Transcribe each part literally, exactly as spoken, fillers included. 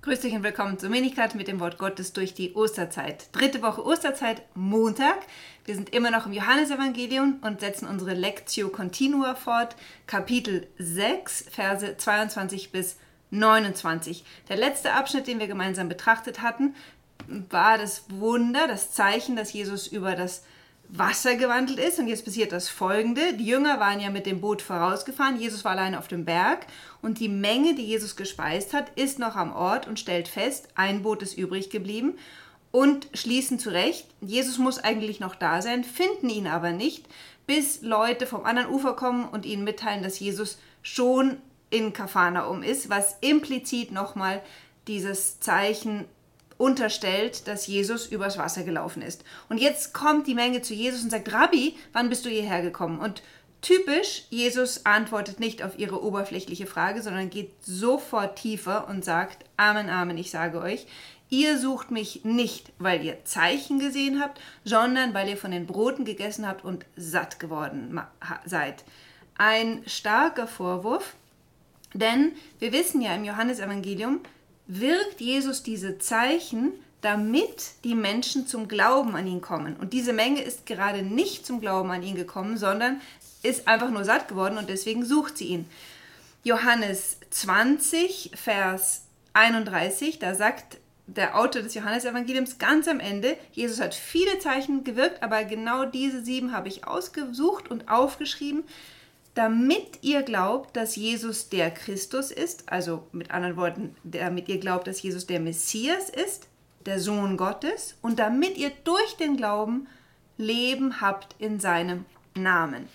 Grüß dich und willkommen zu Minikat mit dem Wort Gottes durch die Osterzeit. Dritte Woche Osterzeit, Montag. Wir sind immer noch im Johannesevangelium und setzen unsere Lectio Continua fort, Kapitel sechs, Verse zweiundzwanzig bis neunundzwanzig. Der letzte Abschnitt, den wir gemeinsam betrachtet hatten, war das Wunder, das Zeichen, dass Jesus über das Wasser gewandelt ist. Und jetzt passiert das Folgende. Die Jünger waren ja mit dem Boot vorausgefahren. Jesus war alleine auf dem Berg. Und die Menge, die Jesus gespeist hat, ist noch am Ort und stellt fest, ein Boot ist übrig geblieben und schließen zurecht. Jesus muss eigentlich noch da sein, finden ihn aber nicht, bis Leute vom anderen Ufer kommen und ihnen mitteilen, dass Jesus schon in Kapharnaum ist, was implizit nochmal dieses Zeichen unterstellt, dass Jesus übers Wasser gelaufen ist. Und jetzt kommt die Menge zu Jesus und sagt, Rabbi, wann bist du hierher gekommen? Und typisch, Jesus antwortet nicht auf ihre oberflächliche Frage, sondern geht sofort tiefer und sagt, Amen, Amen, ich sage euch, ihr sucht mich nicht, weil ihr Zeichen gesehen habt, sondern weil ihr von den Broten gegessen habt und satt geworden seid. Ein starker Vorwurf, denn wir wissen ja im Johannesevangelium, wirkt Jesus diese Zeichen, damit die Menschen zum Glauben an ihn kommen. Und diese Menge ist gerade nicht zum Glauben an ihn gekommen, sondern ist einfach nur satt geworden und deswegen sucht sie ihn. Johannes zwanzig, Vers einunddreißig, da sagt der Autor des Johannesevangeliums ganz am Ende, Jesus hat viele Zeichen gewirkt, aber genau diese sieben habe ich ausgesucht und aufgeschrieben, damit ihr glaubt, dass Jesus der Christus ist, also mit anderen Worten, damit ihr glaubt, dass Jesus der Messias ist, der Sohn Gottes, und damit ihr durch den Glauben Leben habt in seinem Namen.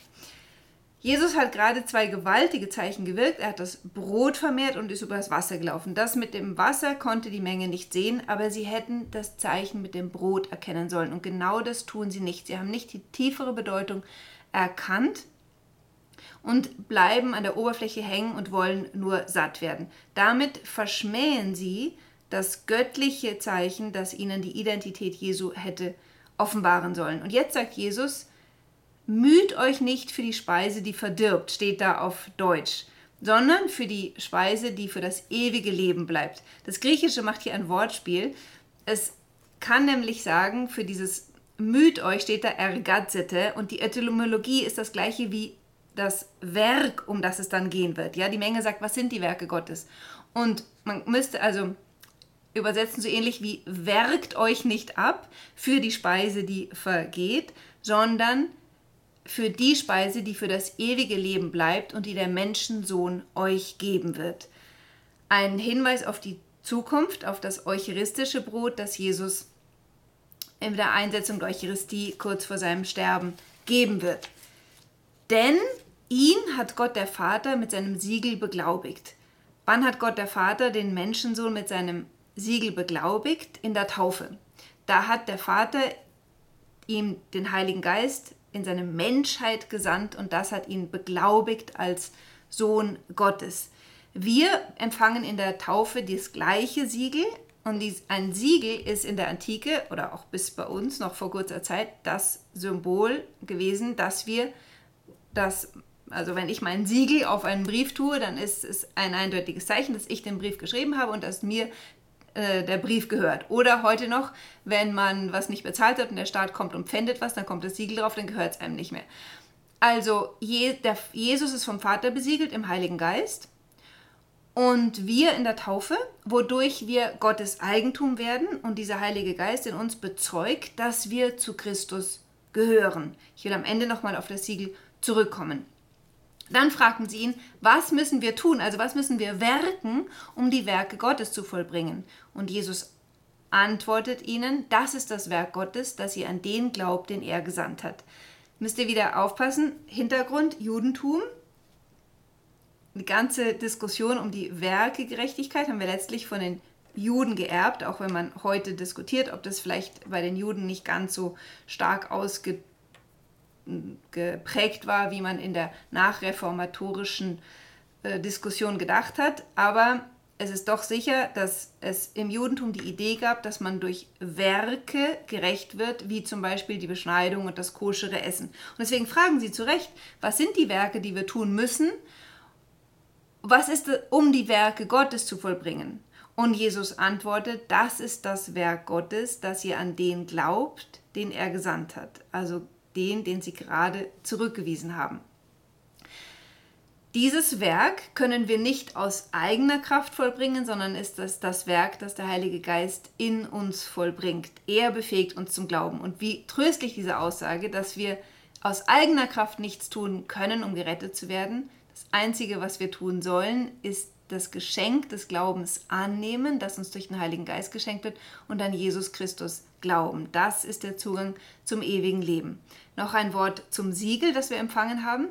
Jesus hat gerade zwei gewaltige Zeichen gewirkt. Er hat das Brot vermehrt und ist über das Wasser gelaufen. Das mit dem Wasser konnte die Menge nicht sehen, aber sie hätten das Zeichen mit dem Brot erkennen sollen. Und genau das tun sie nicht. Sie haben nicht die tiefere Bedeutung erkannt und bleiben an der Oberfläche hängen und wollen nur satt werden. Damit verschmähen sie das göttliche Zeichen, das ihnen die Identität Jesu hätte offenbaren sollen. Und jetzt sagt Jesus, müht euch nicht für die Speise, die verdirbt, steht da auf Deutsch, sondern für die Speise, die für das ewige Leben bleibt. Das Griechische macht hier ein Wortspiel. Es kann nämlich sagen, für dieses müht euch steht da ergazete und die Etymologie ist das gleiche wie das Werk, um das es dann gehen wird. Ja, die Menge sagt, was sind die Werke Gottes? Und man müsste also übersetzen so ähnlich wie werkt euch nicht ab für die Speise, die vergeht, sondern für die Speise, die für das ewige Leben bleibt und die der Menschensohn euch geben wird. Ein Hinweis auf die Zukunft, auf das eucharistische Brot, das Jesus in der Einsetzung der Eucharistie kurz vor seinem Sterben geben wird. Denn ihn hat Gott der Vater mit seinem Siegel beglaubigt. Wann hat Gott der Vater den Menschensohn mit seinem Siegel beglaubigt? In der Taufe. Da hat der Vater ihm den Heiligen Geist in seine Menschheit gesandt und das hat ihn beglaubigt als Sohn Gottes. Wir empfangen in der Taufe das gleiche Siegel und dies, ein Siegel ist in der Antike oder auch bis bei uns noch vor kurzer Zeit das Symbol gewesen, dass wir das, also wenn ich mein Siegel auf einen Brief tue, dann ist es ein eindeutiges Zeichen, dass ich den Brief geschrieben habe und dass mir äh, der Brief gehört. Oder heute noch, wenn man was nicht bezahlt hat und der Staat kommt und pfändet was, dann kommt das Siegel drauf, dann gehört es einem nicht mehr. Also Je, der, Jesus ist vom Vater besiegelt im Heiligen Geist und wir in der Taufe, wodurch wir Gottes Eigentum werden und dieser Heilige Geist in uns bezeugt, dass wir zu Christus gehören. Ich will am Ende nochmal auf das Siegel zurückkommen. Dann fragten sie ihn, was müssen wir tun, also was müssen wir werken, um die Werke Gottes zu vollbringen? Und Jesus antwortet ihnen, das ist das Werk Gottes, dass ihr an den glaubt, den er gesandt hat. Müsst ihr wieder aufpassen, Hintergrund, Judentum, die ganze Diskussion um die Werkegerechtigkeit haben wir letztlich von den Juden geerbt, auch wenn man heute diskutiert, ob das vielleicht bei den Juden nicht ganz so stark ausgeprägt geprägt war, wie man in der nachreformatorischen äh, Diskussion gedacht hat. Aber es ist doch sicher, dass es im Judentum die Idee gab, dass man durch Werke gerecht wird, wie zum Beispiel die Beschneidung und das koschere Essen. Und deswegen fragen sie zu Recht, was sind die Werke, die wir tun müssen? Was ist, um die Werke Gottes zu vollbringen? Und Jesus antwortet, das ist das Werk Gottes, dass ihr an den glaubt, den er gesandt hat. Also den, den sie gerade zurückgewiesen haben. Dieses Werk können wir nicht aus eigener Kraft vollbringen, sondern ist das das Werk, das der Heilige Geist in uns vollbringt. Er befähigt uns zum Glauben. Und wie tröstlich diese Aussage, dass wir aus eigener Kraft nichts tun können, um gerettet zu werden. Das Einzige, was wir tun sollen, ist das Geschenk des Glaubens annehmen, das uns durch den Heiligen Geist geschenkt wird, und an Jesus Christus glauben. Das ist der Zugang zum ewigen Leben. Noch ein Wort zum Siegel, das wir empfangen haben.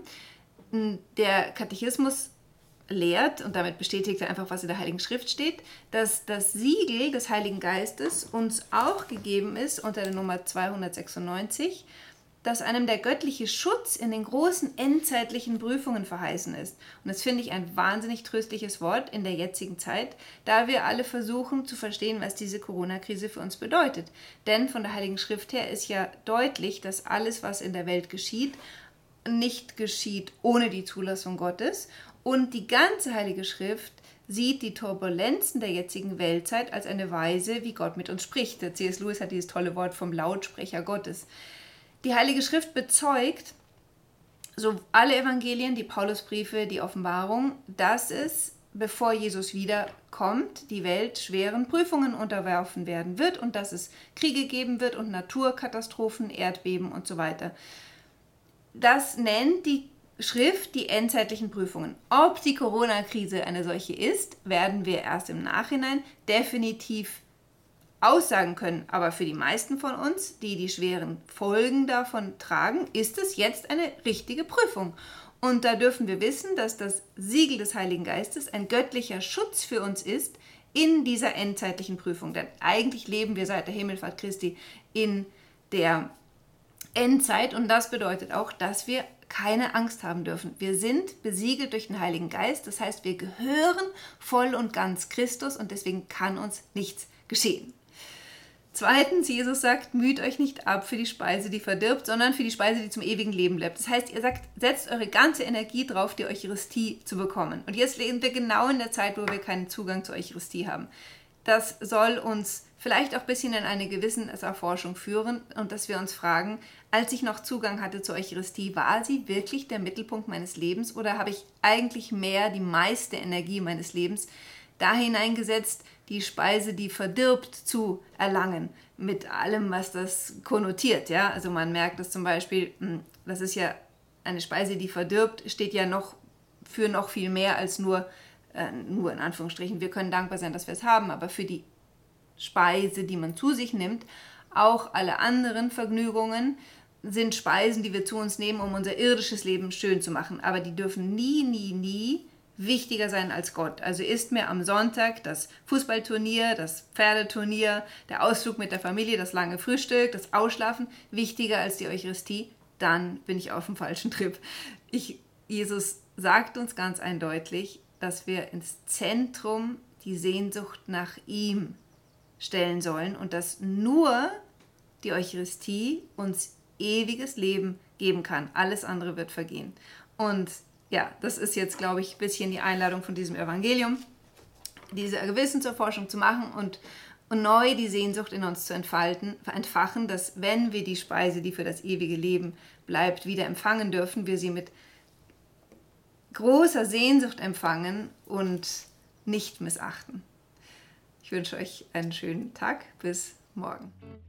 Der Katechismus lehrt, und damit bestätigt er einfach, was in der Heiligen Schrift steht, dass das Siegel des Heiligen Geistes uns auch gegeben ist unter der Nummer zweihundertsechsundneunzig, dass einem der göttliche Schutz in den großen endzeitlichen Prüfungen verheißen ist. Und das finde ich ein wahnsinnig tröstliches Wort in der jetzigen Zeit, da wir alle versuchen zu verstehen, was diese Corona-Krise für uns bedeutet. Denn von der Heiligen Schrift her ist ja deutlich, dass alles, was in der Welt geschieht, nicht geschieht ohne die Zulassung Gottes. Und die ganze Heilige Schrift sieht die Turbulenzen der jetzigen Weltzeit als eine Weise, wie Gott mit uns spricht. Der C S Lewis hat dieses tolle Wort vom Lautsprecher Gottes. Die Heilige Schrift bezeugt, so alle Evangelien, die Paulusbriefe, die Offenbarung, dass es, bevor Jesus wiederkommt, die Welt schweren Prüfungen unterwerfen werden wird und dass es Kriege geben wird und Naturkatastrophen, Erdbeben und so weiter. Das nennt die Schrift die endzeitlichen Prüfungen. Ob die Corona-Krise eine solche ist, werden wir erst im Nachhinein definitiv aussagen können. Aber für die meisten von uns, die die schweren Folgen davon tragen, ist es jetzt eine richtige Prüfung. Und da dürfen wir wissen, dass das Siegel des Heiligen Geistes ein göttlicher Schutz für uns ist in dieser endzeitlichen Prüfung. Denn eigentlich leben wir seit der Himmelfahrt Christi in der Endzeit, und das bedeutet auch, dass wir keine Angst haben dürfen. Wir sind besiegelt durch den Heiligen Geist, das heißt, wir gehören voll und ganz Christus und deswegen kann uns nichts geschehen. Zweitens, Jesus sagt, müht euch nicht ab für die Speise, die verdirbt, sondern für die Speise, die zum ewigen Leben bleibt. Das heißt, ihr sagt, setzt eure ganze Energie drauf, die Eucharistie zu bekommen. Und jetzt leben wir genau in der Zeit, wo wir keinen Zugang zur Eucharistie haben. Das soll uns vielleicht auch ein bisschen in eine Gewissenserforschung führen und dass wir uns fragen, als ich noch Zugang hatte zur Eucharistie, war sie wirklich der Mittelpunkt meines Lebens oder habe ich eigentlich mehr die meiste Energie meines Lebens da hineingesetzt, die Speise, die verdirbt, zu erlangen, mit allem, was das konnotiert. Ja? Also man merkt das zum Beispiel, das ist ja eine Speise, die verdirbt, steht ja noch für noch viel mehr als nur, äh, nur in Anführungsstrichen, wir können dankbar sein, dass wir es haben, aber für die Speise, die man zu sich nimmt, auch alle anderen Vergnügungen sind Speisen, die wir zu uns nehmen, um unser irdisches Leben schön zu machen. Aber die dürfen nie, nie, nie wichtiger sein als Gott. Also ist mir am Sonntag das Fußballturnier, das Pferdeturnier, der Ausflug mit der Familie, das lange Frühstück, das Ausschlafen wichtiger als die Eucharistie, dann bin ich auf dem falschen Trip. Ich, Jesus sagt uns ganz eindeutig, dass wir ins Zentrum die Sehnsucht nach ihm stellen sollen und dass nur die Eucharistie uns ewiges Leben geben kann. Alles andere wird vergehen. Und ja, das ist jetzt, glaube ich, ein bisschen die Einladung von diesem Evangelium, diese Gewissenserforschung zu machen und, und neu die Sehnsucht in uns zu entfalten, entfachen, dass wenn wir die Speise, die für das ewige Leben bleibt, wieder empfangen dürfen, wir sie mit großer Sehnsucht empfangen und nicht missachten. Ich wünsche euch einen schönen Tag. Bis morgen.